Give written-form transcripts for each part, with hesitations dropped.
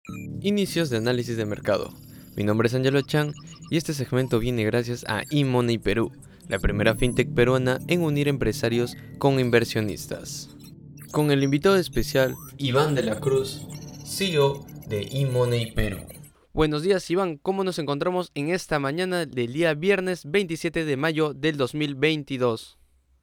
Inicios de análisis de mercado. Mi nombre es Angelo Chan y este segmento viene gracias a eMoney Perú, la primera fintech peruana en unir empresarios con inversionistas. Con el invitado especial Iván de la Cruz, CEO de eMoney Perú. Buenos días Iván, ¿cómo nos encontramos en esta mañana del día viernes 27 de mayo del 2022?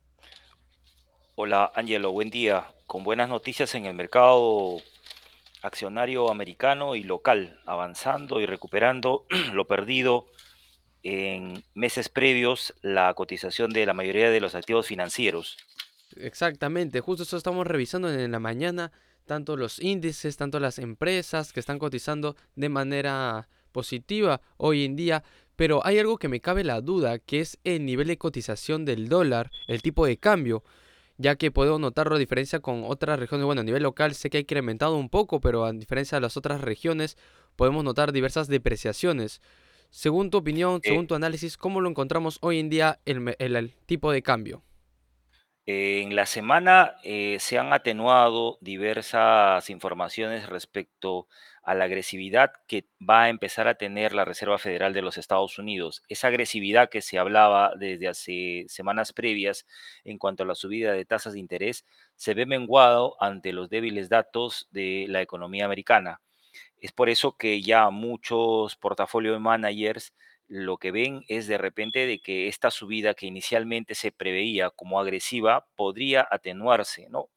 Hola Angelo, buen día. Con buenas noticias en el mercado accionario americano y local, avanzando y recuperando lo perdido en meses previos, la cotización de la mayoría de los activos financieros. Exactamente, justo eso estamos revisando en la mañana, tanto los índices, tanto las empresas que están cotizando de manera positiva hoy en día, pero hay algo que me cabe la duda, que es el nivel de cotización del dólar, el tipo de cambio, ya que puedo notar la diferencia con otras regiones. Bueno, a nivel local sé que ha incrementado un poco, pero a diferencia de las otras regiones, podemos notar diversas depreciaciones. Según tu opinión, según Eh, tu análisis, ¿cómo lo encontramos hoy en día el tipo de cambio? en la semana se han atenuado diversas informaciones respecto a la agresividad que va a empezar a tener la Reserva Federal de los Estados Unidos. Esa agresividad que se hablaba desde hace semanas previas en cuanto a la subida de tasas de interés se ve menguado ante los débiles datos de la economía americana. Es por eso que ya muchos portafolio managers lo que ven es de repente de que esta subida que inicialmente se preveía como agresiva podría atenuarse, ¿no?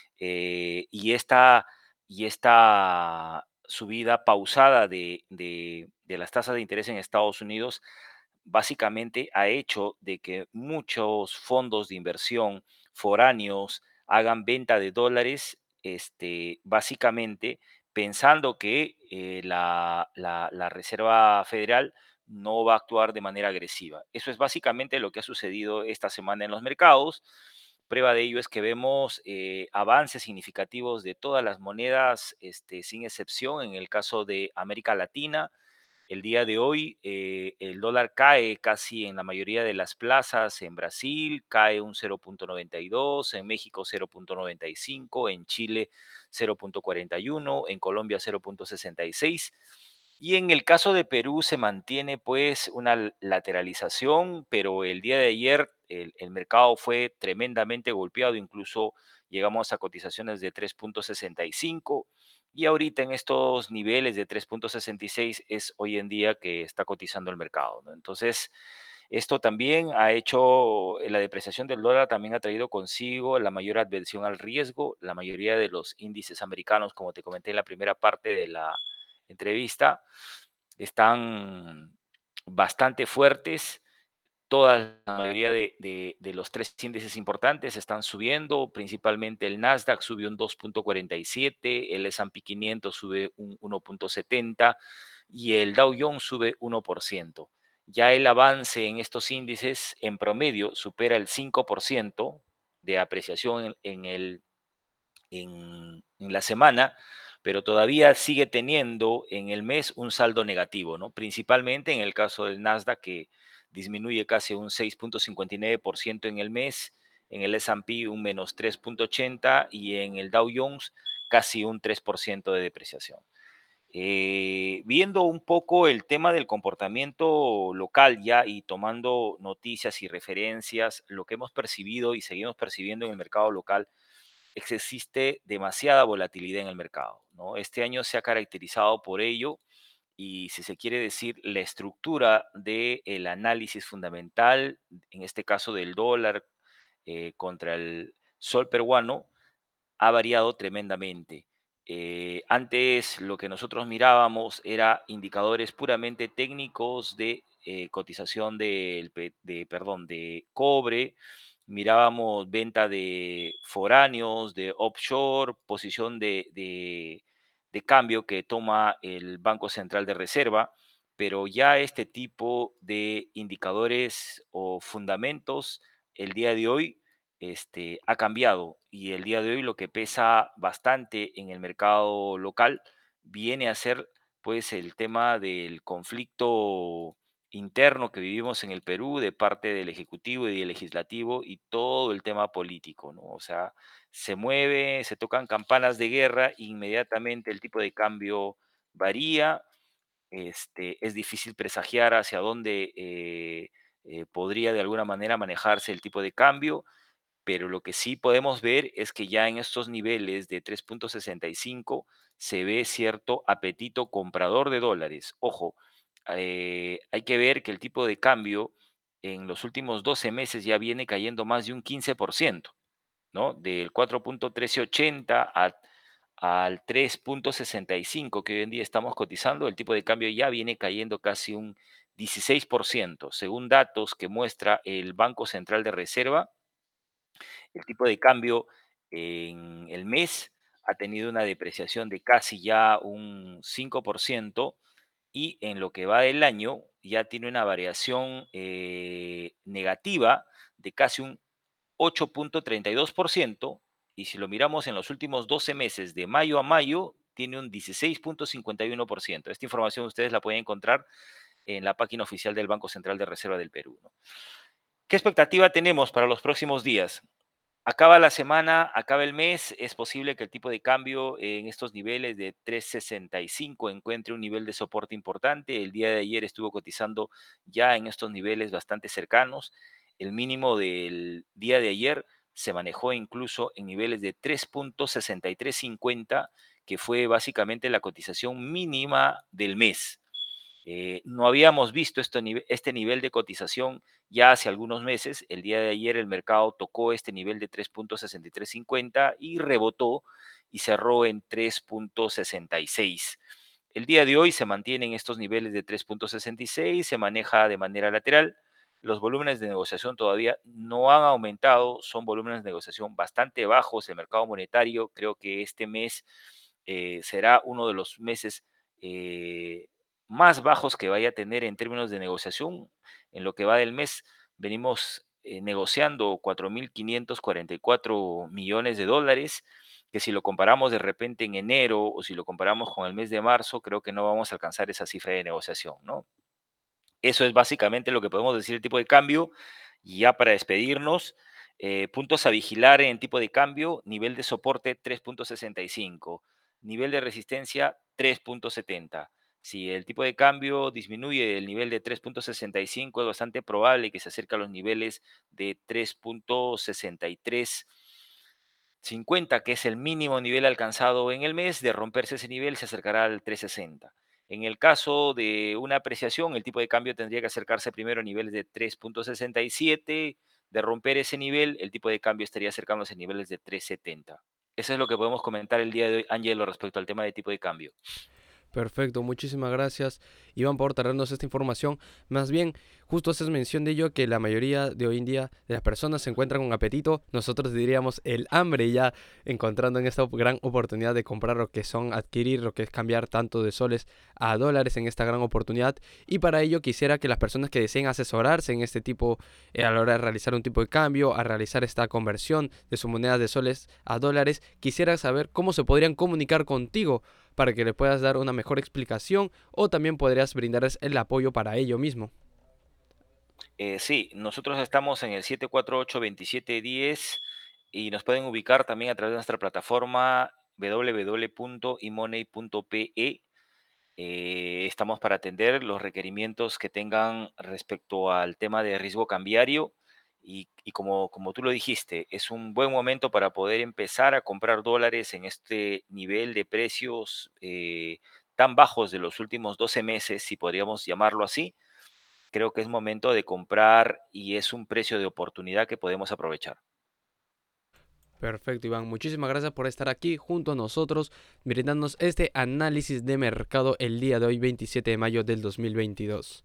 Y esta subida pausada de las tasas de interés en Estados Unidos básicamente ha hecho de que muchos fondos de inversión foráneos hagan venta de dólares, básicamente pensando que la Reserva Federal no va a actuar de manera agresiva. Eso es básicamente lo que ha sucedido esta semana en los mercados. Prueba de ello es que vemos avances significativos de todas las monedas, sin excepción. En el caso de América Latina, el día de hoy el dólar cae casi en la mayoría de las plazas. En Brasil cae un 0,92, en México 0,95, en Chile 0,41, en Colombia 0,66. Y en el caso de Perú se mantiene pues una lateralización, pero el día de ayer el mercado fue tremendamente golpeado, incluso llegamos a cotizaciones de 3,65 y ahorita en estos niveles de 3,66 es hoy en día que está cotizando el mercado, ¿no? Entonces, esto también ha hecho, la depreciación del dólar también ha traído consigo la mayor adversión al riesgo. La mayoría de los índices americanos, como te comenté en la primera parte de la entrevista, están bastante fuertes. La mayoría de los tres índices importantes están subiendo, principalmente el Nasdaq subió un 2,47, el S&P 500 sube un 1,70 y el Dow Jones sube 1%. Ya el avance en estos índices en promedio supera el 5% de apreciación en la semana, pero todavía sigue teniendo en el mes un saldo negativo, ¿no? Principalmente en el caso del Nasdaq, que disminuye casi un 6,59% en el mes, en el S&P un menos 3,80 y en el Dow Jones casi un 3% de depreciación. Viendo un poco el tema del comportamiento local ya y tomando noticias y referencias, lo que hemos percibido y seguimos percibiendo en el mercado local existe demasiada volatilidad en el mercado, ¿no? Este año se ha caracterizado por ello y si se quiere decir la estructura del análisis fundamental, en este caso del dólar contra el sol peruano, ha variado tremendamente. Antes lo que nosotros mirábamos era indicadores puramente técnicos de cotización perdón, de cobre, mirábamos venta de foráneos, de offshore, posición de cambio que toma el Banco Central de Reserva, pero ya este tipo de indicadores o fundamentos el día de hoy ha cambiado y el día de hoy lo que pesa bastante en el mercado local viene a ser pues el tema del conflicto interno que vivimos en el Perú de parte del Ejecutivo y del Legislativo y todo el tema político, ¿no? O sea, se mueve, se tocan campanas de guerra, inmediatamente el tipo de cambio varía, es difícil presagiar hacia dónde podría de alguna manera manejarse el tipo de cambio, pero lo que sí podemos ver es que ya en estos niveles de 3.65 se ve cierto apetito comprador de dólares. Ojo, hay que ver que el tipo de cambio en los últimos 12 meses ya viene cayendo más de un 15%, ¿no? Del 4.1380 al 3.65 que hoy en día estamos cotizando, el tipo de cambio ya viene cayendo casi un 16%, según datos que muestra el Banco Central de Reserva. El tipo de cambio en el mes ha tenido una depreciación de casi ya un 5% y en lo que va del año ya tiene una variación negativa de casi un 8.32% y si lo miramos en los últimos 12 meses, de mayo a mayo, tiene un 16.51%. Esta información ustedes la pueden encontrar en la página oficial del Banco Central de Reserva del Perú, ¿no? ¿Qué expectativa tenemos para los próximos días? Acaba la semana, acaba el mes, es posible que el tipo de cambio en estos niveles de 3.65 encuentre un nivel de soporte importante. El día de ayer estuvo cotizando ya en estos niveles bastante cercanos. El mínimo del día de ayer se manejó incluso en niveles de 3.6350, que fue básicamente la cotización mínima del mes. No habíamos visto este nivel de cotización ya hace algunos meses. El día de ayer el mercado tocó este nivel de 3.6350 y rebotó y cerró en 3.66. El día de hoy se mantienen estos niveles de 3.66, se maneja de manera lateral. Los volúmenes de negociación todavía no han aumentado, son volúmenes de negociación bastante bajos. El mercado monetario creo que este mes será uno de los meses eh, más bajos que vaya a tener en términos de negociación. En lo que va del mes, venimos negociando 4.544 millones de dólares, que si lo comparamos de repente en enero o si lo comparamos con el mes de marzo, creo que no vamos a alcanzar esa cifra de negociación, ¿no? Eso es básicamente lo que podemos decir el tipo de cambio. Y ya para despedirnos, puntos a vigilar en tipo de cambio, nivel de soporte 3.65, nivel de resistencia 3.70. Si el tipo de cambio disminuye el nivel de 3.65, es bastante probable que se acerque a los niveles de 3.6350, que es el mínimo nivel alcanzado en el mes. De romperse ese nivel, se acercará al 3.60. En el caso de una apreciación, el tipo de cambio tendría que acercarse primero a niveles de 3.67. De romper ese nivel, el tipo de cambio estaría acercándose a niveles de 3.70. Eso es lo que podemos comentar el día de hoy, Angelo, respecto al tema de tipo de cambio. Perfecto, muchísimas gracias, Iván, por traernos esta información. Más bien, justo haces mención de ello que la mayoría de hoy en día de las personas se encuentran con apetito. Nosotros diríamos el hambre ya encontrando en esta gran oportunidad de comprar lo que son adquirir, lo que es cambiar tanto de soles a dólares en esta gran oportunidad. Y para ello quisiera que las personas que deseen asesorarse en este tipo, a la hora de realizar un tipo de cambio, a realizar esta conversión de su moneda de soles a dólares, quisiera saber cómo se podrían comunicar contigo para que le puedas dar una mejor explicación o también podrías brindarles el apoyo para ello mismo. Sí, nosotros estamos en el 748-2710 y nos pueden ubicar también a través de nuestra plataforma www.imoney.pe. Estamos para atender los requerimientos que tengan respecto al tema de riesgo cambiario y como tú lo dijiste, es un buen momento para poder empezar a comprar dólares en este nivel de precios tan bajos de los últimos 12 meses, si podríamos llamarlo así. Creo que es momento de comprar y es un precio de oportunidad que podemos aprovechar. Perfecto, Iván. Muchísimas gracias por estar aquí junto a nosotros, brindándonos este análisis de mercado el día de hoy, 27 de mayo del 2022.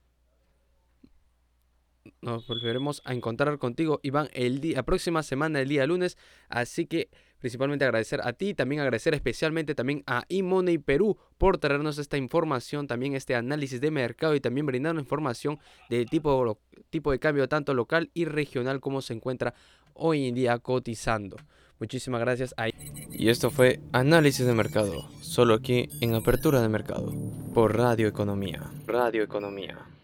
Nos volveremos a encontrar contigo, Iván, la próxima semana, el día lunes. Así que principalmente agradecer a ti, también agradecer especialmente también a eMoney Perú por traernos esta información, también este análisis de mercado y también brindarnos información del tipo de cambio tanto local y regional como se encuentra hoy en día cotizando. Muchísimas gracias. Y esto fue Análisis de Mercado, solo aquí en Apertura de Mercado, por Radio Economía. Radio Economía.